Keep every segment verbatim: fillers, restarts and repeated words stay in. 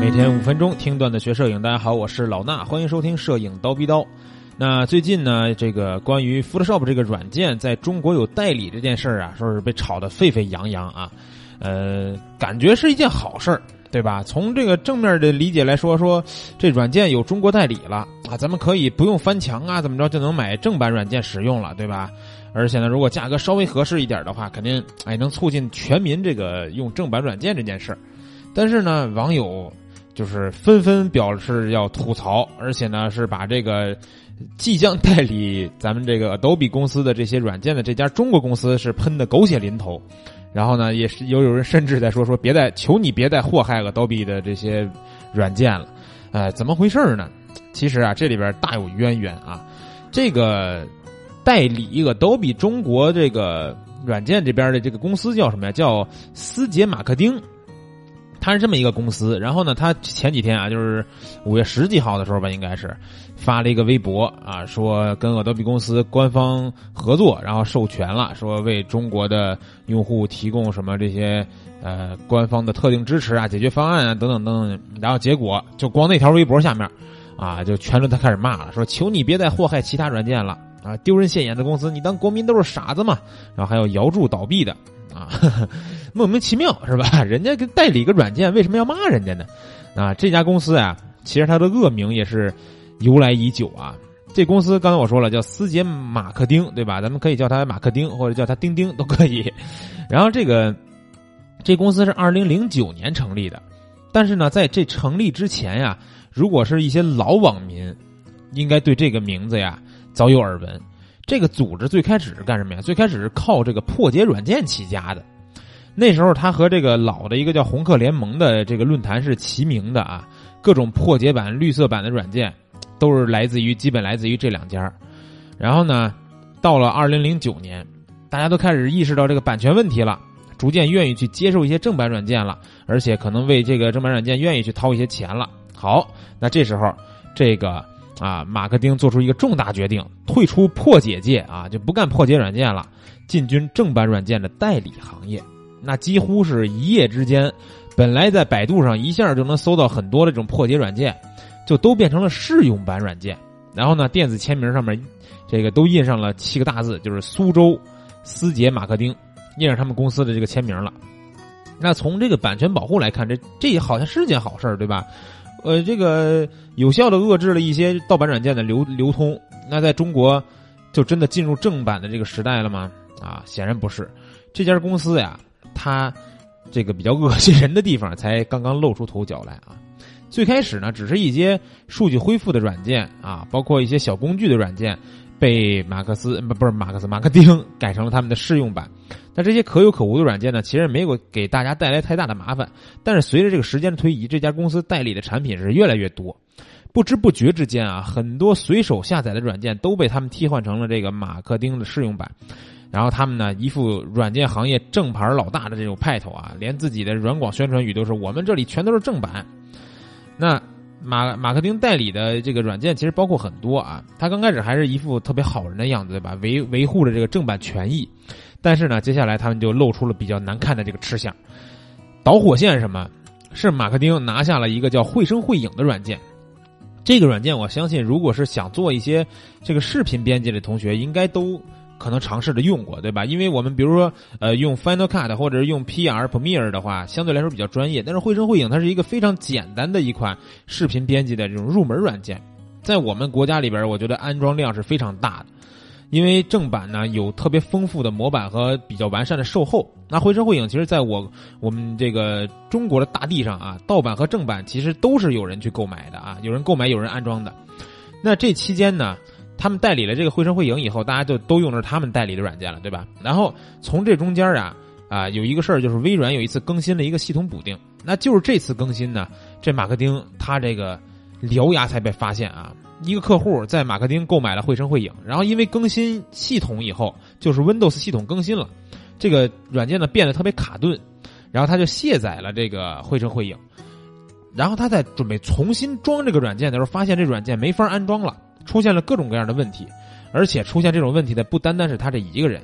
每天五分钟听段子学摄影，大家好，我是老衲，欢迎收听摄影刀逼刀。那最近呢，这个关于 Photoshop 这个软件在中国有代理这件事儿啊，说是被炒得沸沸扬扬啊，呃，感觉是一件好事儿，对吧？从这个正面的理解来说，说这软件有中国代理了啊，咱们可以不用翻墙啊，怎么着就能买正版软件使用了，对吧？而且呢，如果价格稍微合适一点的话，肯定哎能促进全民这个用正版软件这件事儿。但是呢，网友就是纷纷表示要吐槽，而且呢是把这个即将代理咱们这个 Adobe 公司的这些软件的这家中国公司是喷的狗血淋头。然后呢，也是有有人甚至在说说别再求你别再祸害 Adobe 的这些软件了。呃，怎么回事呢？其实啊，这里边大有渊源啊。这个代理 Adobe 中国这个软件这边的这个公司叫什么呀？叫思杰马克丁。他是这么一个公司，然后呢，他前几天啊，就是五月十几号的时候吧，应该是发了一个微博啊，说跟 Adobe 公司官方合作，然后授权了，说为中国的用户提供什么这些呃官方的特定支持啊、解决方案啊等等等等。然后结果就光那条微博下面啊，就全都他开始骂了，说求你别再祸害其他软件了啊，丢人现眼的公司，你当国民都是傻子嘛？然后还有摇柱倒闭的。啊，呵呵，莫名其妙是吧？人家跟代理个软件，为什么要骂人家呢？啊，这家公司啊，其实它的恶名也是由来已久啊。这公司刚才我说了，叫思杰马克丁，对吧？咱们可以叫它马克丁，或者叫它丁丁都可以。然后这个这公司是二零零九年成立的，但是呢，在这成立之前呀，如果是一些老网民，应该对这个名字呀早有耳闻。这个组织最开始是干什么呀？最开始是靠这个破解软件起家的。那时候他和这个老的一个叫红客联盟的这个论坛是齐名的啊，各种破解版、绿色版的软件都是来自于基本来自于这两家。然后呢，到了二零零九年，大家都开始意识到这个版权问题了，逐渐愿意去接受一些正版软件了，而且可能为这个正版软件愿意去掏一些钱了。好，那这时候这个啊，马克丁做出一个重大决定，退出破解界啊，就不干破解软件了，进军正版软件的代理行业。那几乎是一夜之间，本来在百度上一下就能搜到很多的这种破解软件，就都变成了试用版软件。然后呢，电子签名上面这个都印上了七个大字，就是苏州思杰马克丁，印上他们公司的这个签名了。那从这个版权保护来看，这这好像是件好事，对吧？呃，这个有效的遏制了一些盗版软件的流流通，那在中国就真的进入正版的这个时代了吗？啊，显然不是。这家公司呀，它这个比较恶心人的地方才刚刚露出头角来啊。最开始呢，只是一些数据恢复的软件啊，包括一些小工具的软件，被马克思不不是马克思马克丁改成了他们的试用版。那这些可有可无的软件呢，其实没有给大家带来太大的麻烦。但是随着这个时间的推移，这家公司代理的产品是越来越多，不知不觉之间啊，很多随手下载的软件都被他们替换成了这个马克丁的试用版。然后他们呢，一副软件行业正牌老大的这种派头啊，连自己的软广宣传语都是我们这里全都是正版。那马马克丁代理的这个软件其实包括很多啊，他刚开始还是一副特别好人的样子，对吧？维维护着这个正版权益。但是呢，接下来他们就露出了比较难看的这个吃相。导火线是什么？是马克丁拿下了一个叫绘声绘影的软件。这个软件我相信，如果是想做一些这个视频编辑的同学，应该都可能尝试着用过，对吧？因为我们比如说呃用 Final Cut 或者是用 P R Premiere 的话，相对来说比较专业，但是绘声绘影它是一个非常简单的一款视频编辑的这种入门软件，在我们国家里边，我觉得安装量是非常大的。因为正版呢有特别丰富的模板和比较完善的售后，那绘声绘影其实在我我们这个中国的大地上啊，盗版和正版其实都是有人去购买的啊，有人购买有人安装的。那这期间呢，他们代理了这个绘声绘影以后，大家就都用着他们代理的软件了，对吧？然后从这中间啊啊有一个事儿，就是微软有一次更新了一个系统补丁，那就是这次更新呢，这马克丁他这个獠牙才被发现啊。一个客户在马克丁购买了绘声绘影，然后因为更新系统以后，就是 Windows 系统更新了，这个软件呢变得特别卡顿，然后他就卸载了这个绘声绘影，然后他在准备重新装这个软件的时候，发现这软件没法安装了，出现了各种各样的问题，而且出现这种问题的不单单是他这一个人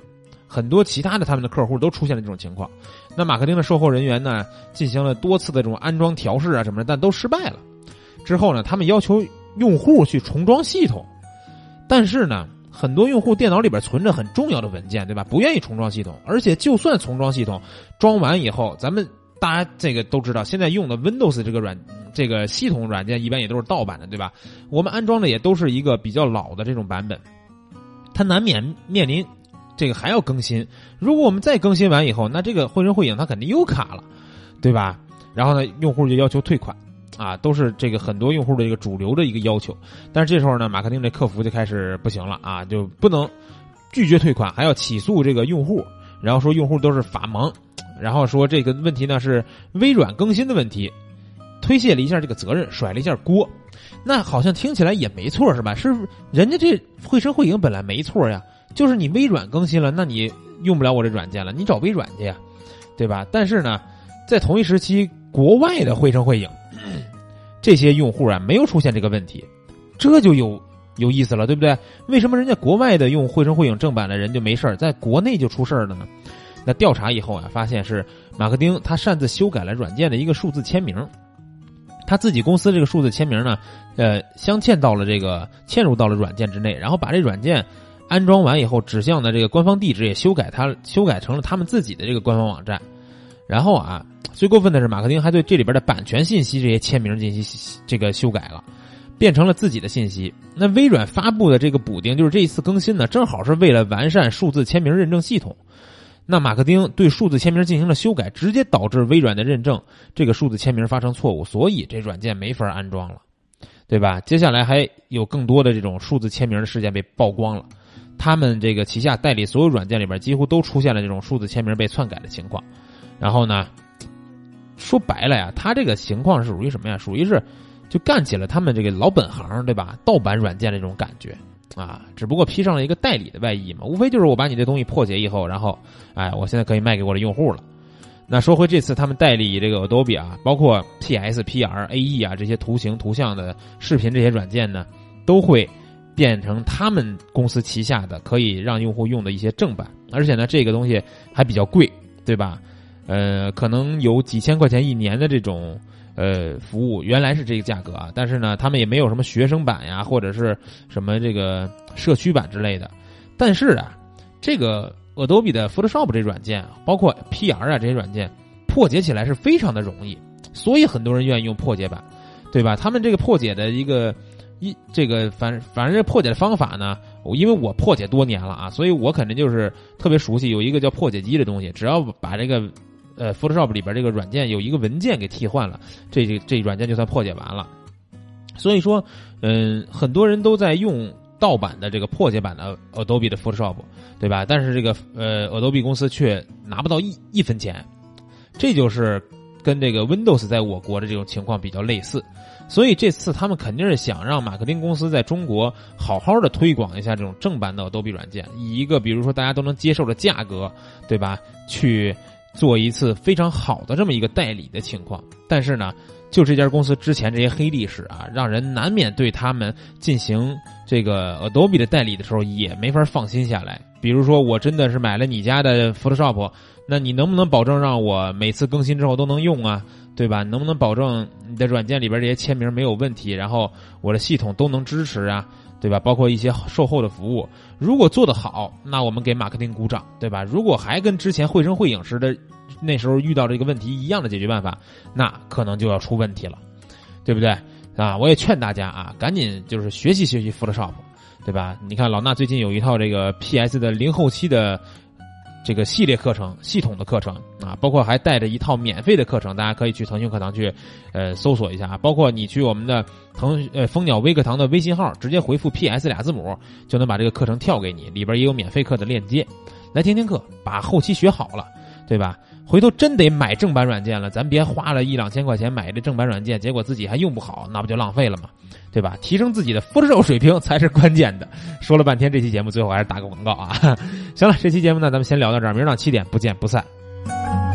很多其他的他们的客户都出现了这种情况。那马克丁的售后人员呢，进行了多次的这种安装调试啊什么的，但都失败了。之后呢，他们要求用户去重装系统，但是呢，很多用户电脑里边存着很重要的文件，对吧？不愿意重装系统，而且就算重装系统，装完以后，咱们大家这个都知道，现在用的 Windows 这个软这个系统软件一般也都是盗版的，对吧？我们安装的也都是一个比较老的这种版本，它难免面临这个还要更新。如果我们再更新完以后，那这个绘声绘影它肯定又卡了，对吧？然后呢，用户就要求退款。啊，都是这个很多用户的一个主流的一个要求，但是这时候呢，马克丁这客服就开始不行了啊，就不能拒绝退款，还要起诉这个用户，然后说用户都是法盲，然后说这个问题呢是微软更新的问题，推卸了一下这个责任，甩了一下锅。那好像听起来也没错是吧？是人家这绘声绘影本来没错呀，就是你微软更新了，那你用不了我这软件了，你找微软去呀，对吧？但是呢，在同一时期，国外的绘声绘影这些用户啊没有出现这个问题，这就有有意思了，对不对？为什么人家国外的用绘声绘影正版的人就没事，在国内就出事了呢？那调查以后啊，发现是马克丁他擅自修改了软件的一个数字签名，他自己公司这个数字签名呢，呃，镶嵌到了这个嵌入到了软件之内，然后把这软件安装完以后指向的这个官方地址也修改它修改成了他们自己的这个官方网站，然后啊。最过分的是，马克丁还对这里边的版权信息这些签名进行这个修改了，变成了自己的信息。那微软发布的这个补丁，就是这一次更新呢，正好是为了完善数字签名认证系统。那马克丁对数字签名进行了修改，直接导致微软的认证这个数字签名发生错误，所以这软件没法安装了，对吧？接下来还有更多的这种数字签名的事件被曝光了，他们这个旗下代理所有软件里边几乎都出现了这种数字签名被篡改的情况。然后呢，说白了呀，他这个情况是属于什么呀？属于是就干起了他们这个老本行，对吧？盗版软件的这种感觉啊，只不过披上了一个代理的外衣嘛，无非就是我把你这东西破解以后，然后哎，我现在可以卖给我的用户了。那说回这次他们代理这个 Adobe 啊，包括 P S、P R、A E 啊这些图形、图像的视频这些软件呢，都会变成他们公司旗下的可以让用户用的一些正版，而且呢，这个东西还比较贵，对吧？呃，可能有几千块钱一年的这种呃服务，原来是这个价格啊，但是呢，他们也没有什么学生版呀，或者是什么这个社区版之类的。但是啊，这个 Adobe 的 Photoshop 这软件，包括 P R 啊这些软件，破解起来是非常的容易，所以很多人愿意用破解版，对吧？他们这个破解的一个一这个反反正这破解的方法呢，因为我破解多年了啊，所以我肯定就是特别熟悉，有一个叫破解机的东西，只要把这个呃 Photoshop 里边这个软件有一个文件给替换了，这这这软件就算破解完了。所以说，嗯，很多人都在用盗版的这个破解版的 Adobe 的 Photoshop， 对吧？但是这个呃 Adobe 公司却拿不到一一分钱，这就是跟这个 Windows 在我国的这种情况比较类似。所以这次他们肯定是想让马克丁公司在中国好好的推广一下这种正版的 Adobe 软件，以一个比如说大家都能接受的价格，对吧？去做一次非常好的这么一个代理的情况。但是呢，就这家公司之前这些黑历史啊，让人难免对他们进行这个 Adobe 的代理的时候也没法放心下来。比如说我真的是买了你家的 Photoshop， 那你能不能保证让我每次更新之后都能用啊？对吧？能不能保证你的软件里边这些签名没有问题，然后我的系统都能支持啊？对吧？包括一些售后的服务，如果做得好，那我们给马克丁鼓掌，对吧？如果还跟之前绘声绘影时的那时候遇到这个问题一样的解决办法，那可能就要出问题了，对不对？啊，我也劝大家啊，赶紧就是学习学习 Photoshop， 对吧？你看老衲最近有一套这个 P S 的零后期的这个系列课程，系统的课程啊，包括还带着一套免费的课程，大家可以去腾讯课堂去呃搜索一下，包括你去我们的腾呃蜂鸟微课堂的微信号，直接回复 P S 俩字母，就能把这个课程跳给你，里边也有免费课的链接，来听听课，把后期学好了，对吧？回头真得买正版软件了，咱别花了一两千块钱买这正版软件，结果自己还用不好，那不就浪费了吗？对吧？提升自己的 Photoshop 水平才是关键的。说了半天，这期节目最后还是打个广告啊。行了，这期节目呢，咱们先聊到这儿，明儿早上七点不见不散。